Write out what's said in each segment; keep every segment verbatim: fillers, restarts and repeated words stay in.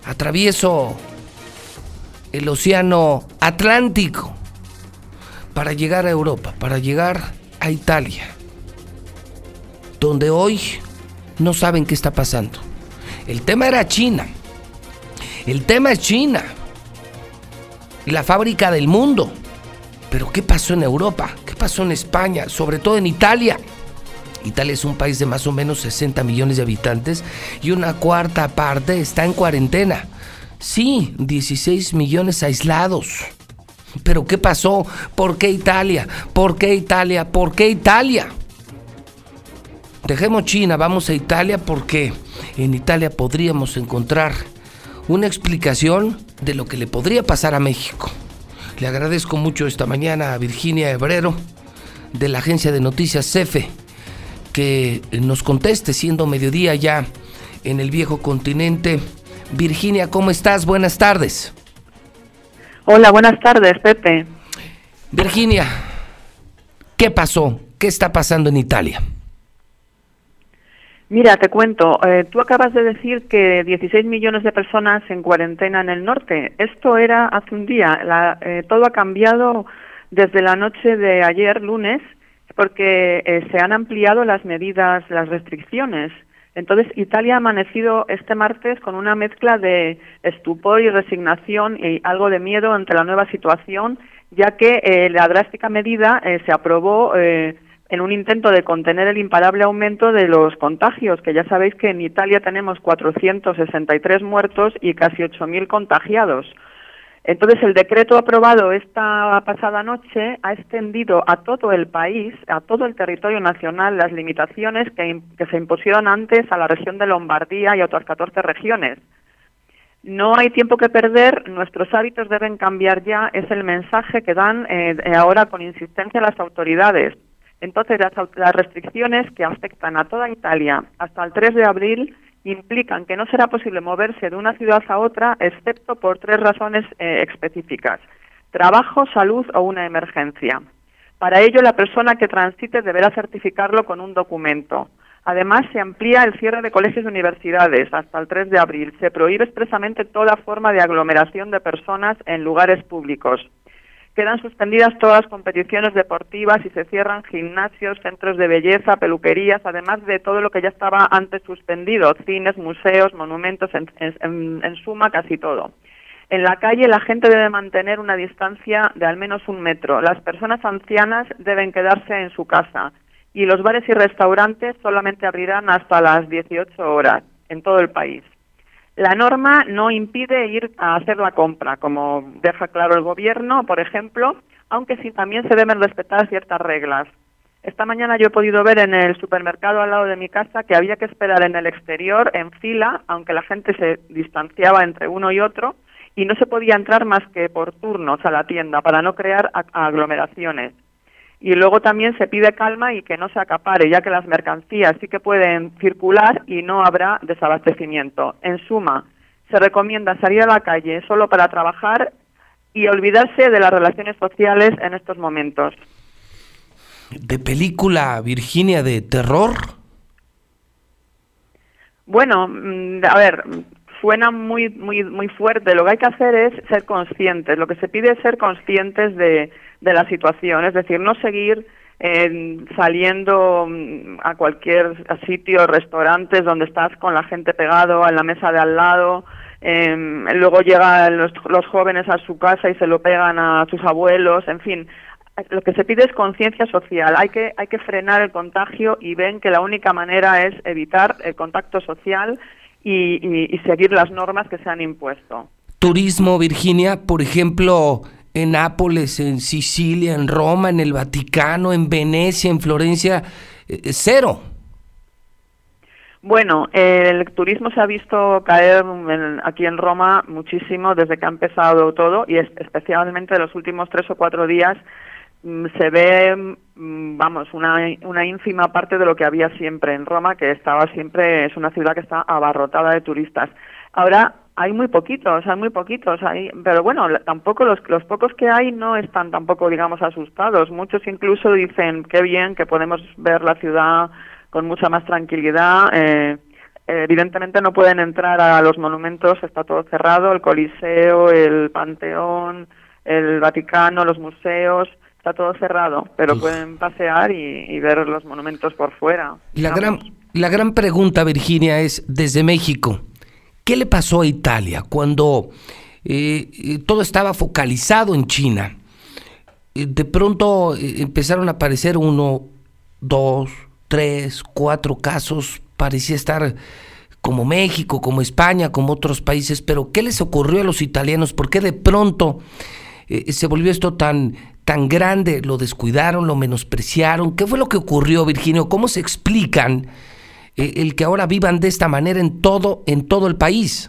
Atravieso el océano Atlántico para llegar a Europa, para llegar a Italia, donde hoy no saben qué está pasando. El tema era China. El tema es China, la fábrica del mundo. Pero ¿qué pasó en Europa? ¿Qué pasó en España? Sobre todo en Italia. Italia es un país de más o menos sesenta millones de habitantes y una cuarta parte está en cuarentena. Sí, dieciséis millones aislados. Pero ¿qué pasó? ¿Por qué Italia? ¿Por qué Italia? ¿Por qué Italia? Dejemos China, vamos a Italia porque en Italia podríamos encontrar una explicación de lo que le podría pasar a México. Le agradezco mucho esta mañana a Virginia Hebrero de la agencia de noticias CEFE que nos conteste siendo mediodía ya en el viejo continente. Virginia, ¿cómo estás? Buenas tardes. Hola, buenas tardes, Pepe. Virginia, ¿qué pasó? ¿Qué está pasando en Italia? Mira, te cuento, eh, tú acabas de decir que dieciséis millones de personas en cuarentena en el norte. Esto era hace un día. La, eh, todo ha cambiado desde la noche de ayer, lunes, porque eh, se han ampliado las medidas, las restricciones. Entonces, Italia ha amanecido este martes con una mezcla de estupor y resignación y algo de miedo ante la nueva situación, ya que eh, la drástica medida eh, se aprobó eh, en un intento de contener el imparable aumento de los contagios, que ya sabéis que en Italia tenemos cuatrocientos sesenta y tres muertos y casi ocho mil contagiados. Entonces, el decreto aprobado esta pasada noche ha extendido a todo el país, a todo el territorio nacional, las limitaciones que, que se impusieron antes a la región de Lombardía y a otras catorce regiones. No hay tiempo que perder, nuestros hábitos deben cambiar ya, es el mensaje que dan eh, ahora con insistencia las autoridades. Entonces, las, las restricciones que afectan a toda Italia hasta el tres de abril implican que no será posible moverse de una ciudad a otra, excepto por tres razones eh, específicas: trabajo, salud o una emergencia. Para ello, la persona que transite deberá certificarlo con un documento. Además, se amplía el cierre de colegios y universidades hasta el tres de abril. Se prohíbe expresamente toda forma de aglomeración de personas en lugares públicos. Quedan suspendidas todas las competiciones deportivas y se cierran gimnasios, centros de belleza, peluquerías, además de todo lo que ya estaba antes suspendido: cines, museos, monumentos, en, en, en suma casi todo. En la calle la gente debe mantener una distancia de al menos un metro. Las personas ancianas deben quedarse en su casa y los bares y restaurantes solamente abrirán hasta las dieciocho horas en todo el país. La norma no impide ir a hacer la compra, como deja claro el gobierno, por ejemplo, aunque sí también se deben respetar ciertas reglas. Esta mañana yo he podido ver en el supermercado al lado de mi casa que había que esperar en el exterior, en fila, aunque la gente se distanciaba entre uno y otro, y no se podía entrar más que por turnos a la tienda para no crear aglomeraciones. Y luego también se pide calma y que no se acapare, ya que las mercancías sí que pueden circular y no habrá desabastecimiento. En suma, se recomienda salir a la calle solo para trabajar y olvidarse de las relaciones sociales en estos momentos. ¿De película, Virginia, de terror? Bueno, a ver, suena muy, muy, muy fuerte. Lo que hay que hacer es ser conscientes. Lo que se pide es ser conscientes de de la situación, es decir, no seguir eh, saliendo a cualquier sitio, restaurantes donde estás con la gente pegado a la mesa de al lado, eh, luego llegan los, los jóvenes a su casa y se lo pegan a sus abuelos, en fin. Lo que se pide es conciencia social, hay que, hay que frenar el contagio y ven que la única manera es evitar el contacto social y, y, y seguir las normas que se han impuesto. Turismo, Virginia, por ejemplo, en Nápoles, en Sicilia, en Roma, en el Vaticano, en Venecia, en Florencia, eh, cero. Bueno, eh, el turismo se ha visto caer en, aquí en Roma muchísimo desde que ha empezado todo y es, especialmente en los últimos tres o cuatro días mmm, se ve, mmm, vamos, una, una ínfima parte de lo que había siempre en Roma, que estaba siempre, es una ciudad que está abarrotada de turistas. Ahora hay muy poquitos, hay muy poquitos, hay, pero bueno, tampoco los, los pocos que hay no están tampoco, digamos, asustados. Muchos incluso dicen, qué bien que podemos ver la ciudad con mucha más tranquilidad. Eh, evidentemente no pueden entrar a los monumentos, está todo cerrado, el Coliseo, el Panteón, el Vaticano, los museos, está todo cerrado, pero Uf. pueden pasear y, y ver los monumentos por fuera. La gran, la gran pregunta, Virginia, es desde México, ¿qué le pasó a Italia cuando eh, todo estaba focalizado en China? Eh, de pronto eh, empezaron a aparecer uno, dos, tres, cuatro casos, parecía estar como México, como España, como otros países, pero ¿qué les ocurrió a los italianos? ¿Por qué de pronto eh, se volvió esto tan, tan grande? ¿Lo descuidaron, lo menospreciaron? ¿Qué fue lo que ocurrió, Virginio? ¿Cómo se explican eh, el que ahora vivan de esta manera en todo, en todo el país?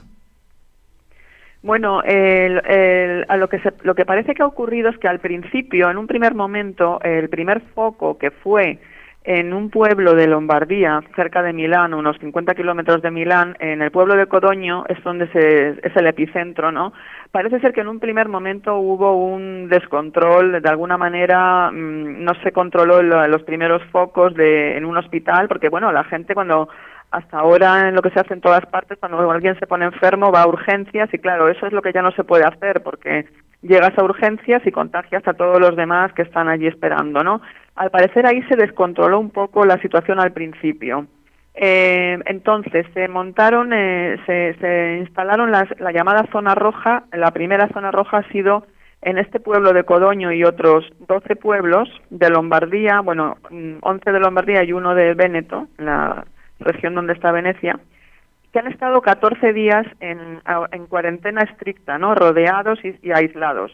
Bueno, el, el, a lo que se, lo que parece que ha ocurrido es que al principio, en un primer momento, el primer foco que fue en un pueblo de Lombardía, cerca de Milán, unos cincuenta kilómetros de Milán, en el pueblo de Codogno, es donde se, es el epicentro, ¿no? Parece ser que en un primer momento hubo un descontrol, de alguna manera mmm, no se controló lo, los primeros focos de, en un hospital, porque bueno, la gente cuando, hasta ahora en lo que se hace en todas partes, cuando alguien se pone enfermo va a urgencias y claro, eso es lo que ya no se puede hacer, porque llegas a urgencias y contagias a todos los demás que están allí esperando, ¿no? Al parecer ahí se descontroló un poco la situación al principio. Eh, entonces se montaron, eh, se, se instalaron las, la llamada zona roja. La primera zona roja ha sido en este pueblo de Codogno y otros doce pueblos de Lombardía, bueno, once de Lombardía y uno de Véneto, la región donde está Venecia, que han estado catorce días en, en cuarentena estricta, ¿no? Rodeados y, y aislados.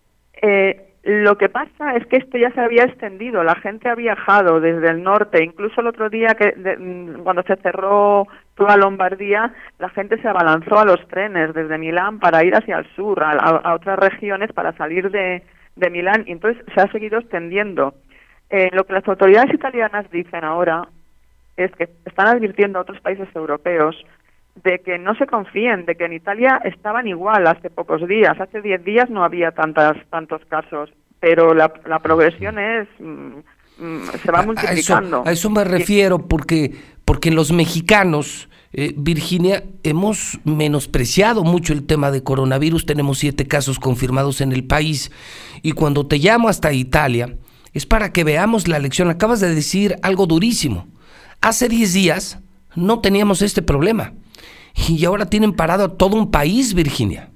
Eh, Lo que pasa es que esto ya se había extendido, la gente ha viajado desde el norte, incluso el otro día que de, cuando se cerró toda Lombardía, la gente se abalanzó a los trenes desde Milán para ir hacia el sur, a, a, a otras regiones para salir de, de Milán, y entonces se ha seguido extendiendo. Eh, lo que las autoridades italianas dicen ahora es que están advirtiendo a otros países europeos de que no se confíen, de que en Italia estaban igual hace pocos días, hace diez días no había tantas tantos casos, pero la, la progresión es mm, se va multiplicando. A eso, a eso me refiero, porque porque los mexicanos, eh, Virginia, hemos menospreciado mucho el tema de coronavirus, tenemos siete casos confirmados en el país, y cuando te llamo hasta Italia, es para que veamos la lección. Acabas de decir algo durísimo. Hace diez días no teníamos este problema. Y ahora tienen parado todo un país, Virginia.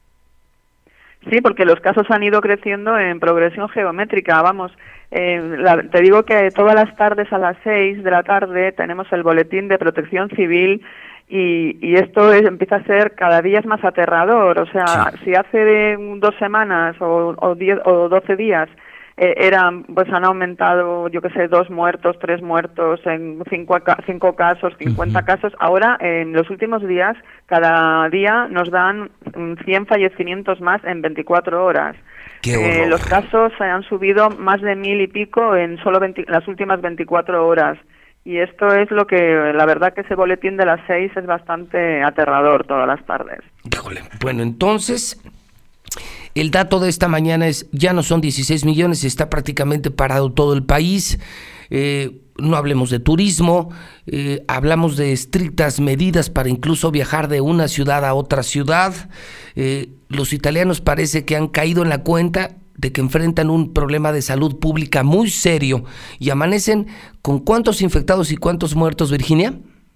Sí, porque los casos han ido creciendo en progresión geométrica. Vamos, eh, la, te digo que todas las tardes a las seis de la tarde tenemos el boletín de Protección Civil y, y esto es, empieza a ser cada día es más aterrador. O sea, sí. Si hace de dos semanas o, o, diez, o doce días Eh, eran, pues han aumentado, yo qué sé, dos muertos, tres muertos, en cinco, cinco casos, cincuenta uh-huh. casos. Ahora, en los últimos días, cada día nos dan cien fallecimientos más en veinticuatro horas. Qué horror. Eh, los casos han subido más de mil y pico en solo veinte, las últimas veinticuatro horas. Y esto es lo que, la verdad que ese boletín de las seis es bastante aterrador todas las tardes. Híjole. Bueno, entonces... El dato de esta mañana es, ya no son dieciséis millones, está prácticamente parado todo el país, eh, no hablemos de turismo, eh, hablamos de estrictas medidas para incluso viajar de una ciudad a otra ciudad. Eh, los italianos parece que han caído en la cuenta de que enfrentan un problema de salud pública muy serio y amanecen con ¿cuántos infectados y cuántos muertos, Virginia?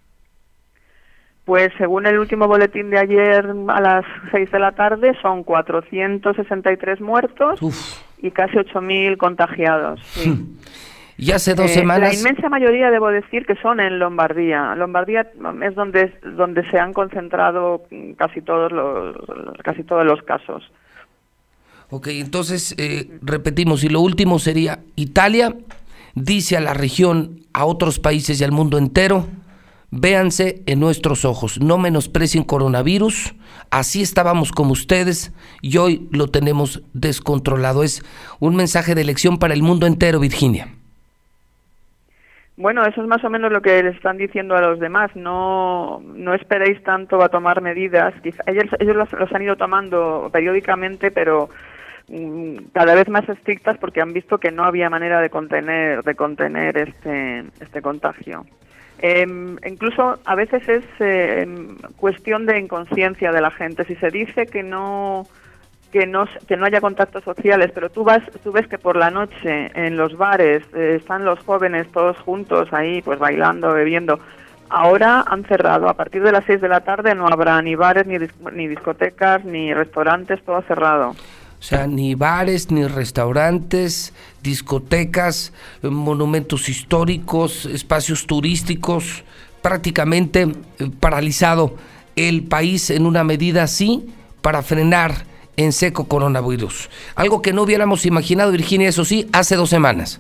Pues según el último boletín de ayer a las seis de la tarde son cuatrocientos sesenta y tres muertos Uf. y casi ocho mil contagiados. Sí. Y hace dos eh, semanas... La inmensa mayoría, debo decir, que son en Lombardía. Lombardía es donde donde se han concentrado casi todos los casi todos los casos. Ok, entonces eh, repetimos, y lo último sería, Italia dice a la región, a otros países y al mundo entero, véanse en nuestros ojos, no menosprecien coronavirus, así estábamos como ustedes y hoy lo tenemos descontrolado. Es un mensaje de lección para el mundo entero, Virginia. Bueno, eso es más o menos lo que les están diciendo a los demás. No no esperéis tanto a tomar medidas. Quizá, ellos ellos los, los han ido tomando periódicamente, pero mmm, cada vez más estrictas porque han visto que no había manera de contener de contener este este contagio. Eh, incluso a veces es eh, cuestión de inconsciencia de la gente. Si se dice que no que no que no haya contactos sociales, pero tú vas tú ves que por la noche en los bares eh, están los jóvenes todos juntos ahí, pues bailando, bebiendo. Ahora han cerrado. A partir de las seis de la tarde no habrá ni bares, ni, dis- ni discotecas, ni restaurantes, todo cerrado. O sea, ni bares, ni restaurantes, discotecas, eh, monumentos históricos, espacios turísticos, prácticamente eh, paralizado el país en una medida así para frenar en seco coronavirus. Algo que no hubiéramos imaginado, Virginia, eso sí, hace dos semanas.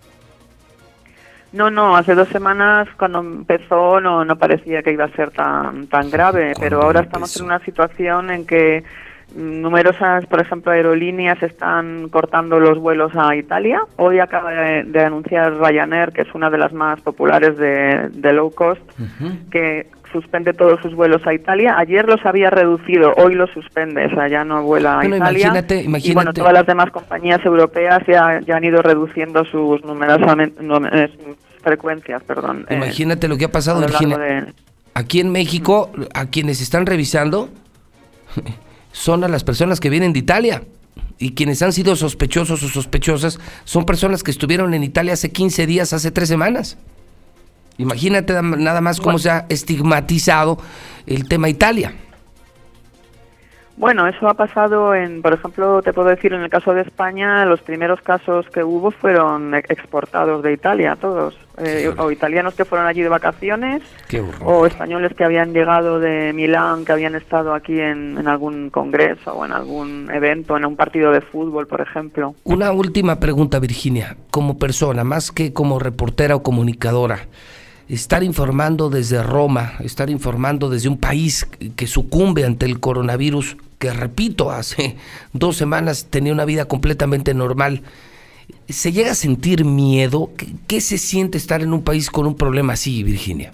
No, no, hace dos semanas cuando empezó no, no parecía que iba a ser tan, tan grave, pero ahora estamos en una situación en que numerosas, por ejemplo, aerolíneas están cortando los vuelos a Italia. Hoy acaba de, de anunciar Ryanair, que es una de las más populares de, de low cost, uh-huh. que suspende todos sus vuelos a Italia. Ayer los había reducido, hoy los suspende, o sea, ya no vuela a bueno, Italia. Imagínate, imagínate. Y bueno, todas las demás compañías europeas ya, ya han ido reduciendo sus numerosamente numer- frecuencias, perdón. Imagínate eh, lo que ha pasado, a Virginia. De... Aquí en México, a quienes están revisando son a las personas que vienen de Italia, y quienes han sido sospechosos o sospechosas son personas que estuvieron en Italia hace quince días, hace tres semanas. Imagínate nada más cómo bueno. se ha estigmatizado el tema Italia. Bueno, eso ha pasado en, por ejemplo, te puedo decir, en el caso de España, los primeros casos que hubo fueron exportados de Italia, todos. Eh, o italianos que fueron allí de vacaciones, o españoles que habían llegado de Milán, que habían estado aquí en, en algún congreso o en algún evento, en un partido de fútbol, por ejemplo. Una última pregunta, Virginia. Como persona, más que como reportera o comunicadora, estar informando desde Roma, estar informando desde un país que sucumbe ante el coronavirus, que repito, hace dos semanas tenía una vida completamente normal, ¿se llega a sentir miedo? ¿Qué, qué se siente estar en un país con un problema así, Virginia?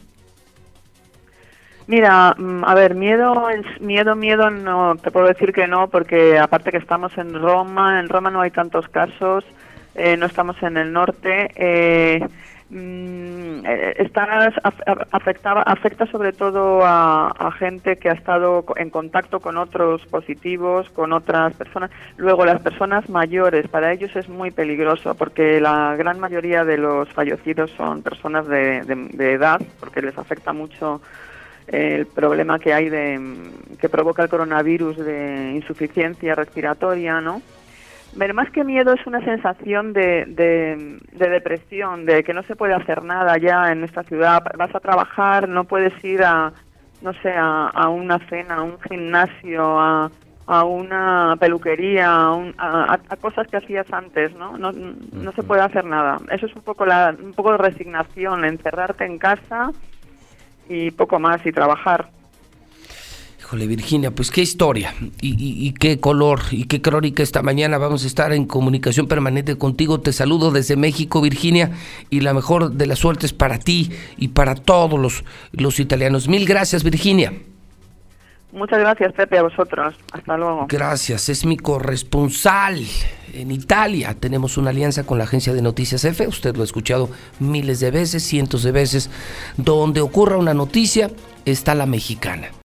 Mira, a ver, miedo, miedo, miedo, no te puedo decir que no, porque aparte que estamos en Roma, en Roma no hay tantos casos, eh, no estamos en el norte, eh, Está, afectaba, afecta sobre todo a, a gente que ha estado en contacto con otros positivos, con otras personas. Luego, las personas mayores, para ellos es muy peligroso porque la gran mayoría de los fallecidos son personas de, de, de edad, porque les afecta mucho el problema que hay de que provoca el coronavirus de insuficiencia respiratoria, ¿no? Pero más que miedo es una sensación de, de, de depresión, de que no se puede hacer nada ya en esta ciudad. Vas a trabajar, no puedes ir a, no sé, a, a una cena, a un gimnasio, a, a una peluquería, a, un, a, a cosas que hacías antes, ¿no? No, no se puede hacer nada. Eso es un poco la, un poco de resignación, encerrarte en casa y poco más y trabajar. Híjole, Virginia, pues qué historia y, y, y qué color y qué crónica esta mañana. Vamos a estar en comunicación permanente contigo. Te saludo desde México, Virginia, y la mejor de las suertes para ti y para todos los, los italianos. Mil gracias, Virginia. Muchas gracias, Pepe, a vosotros. Hasta luego. Gracias, es mi corresponsal en Italia. Tenemos una alianza con la agencia de noticias F, usted lo ha escuchado miles de veces, cientos de veces. Donde ocurra una noticia, está La Mexicana.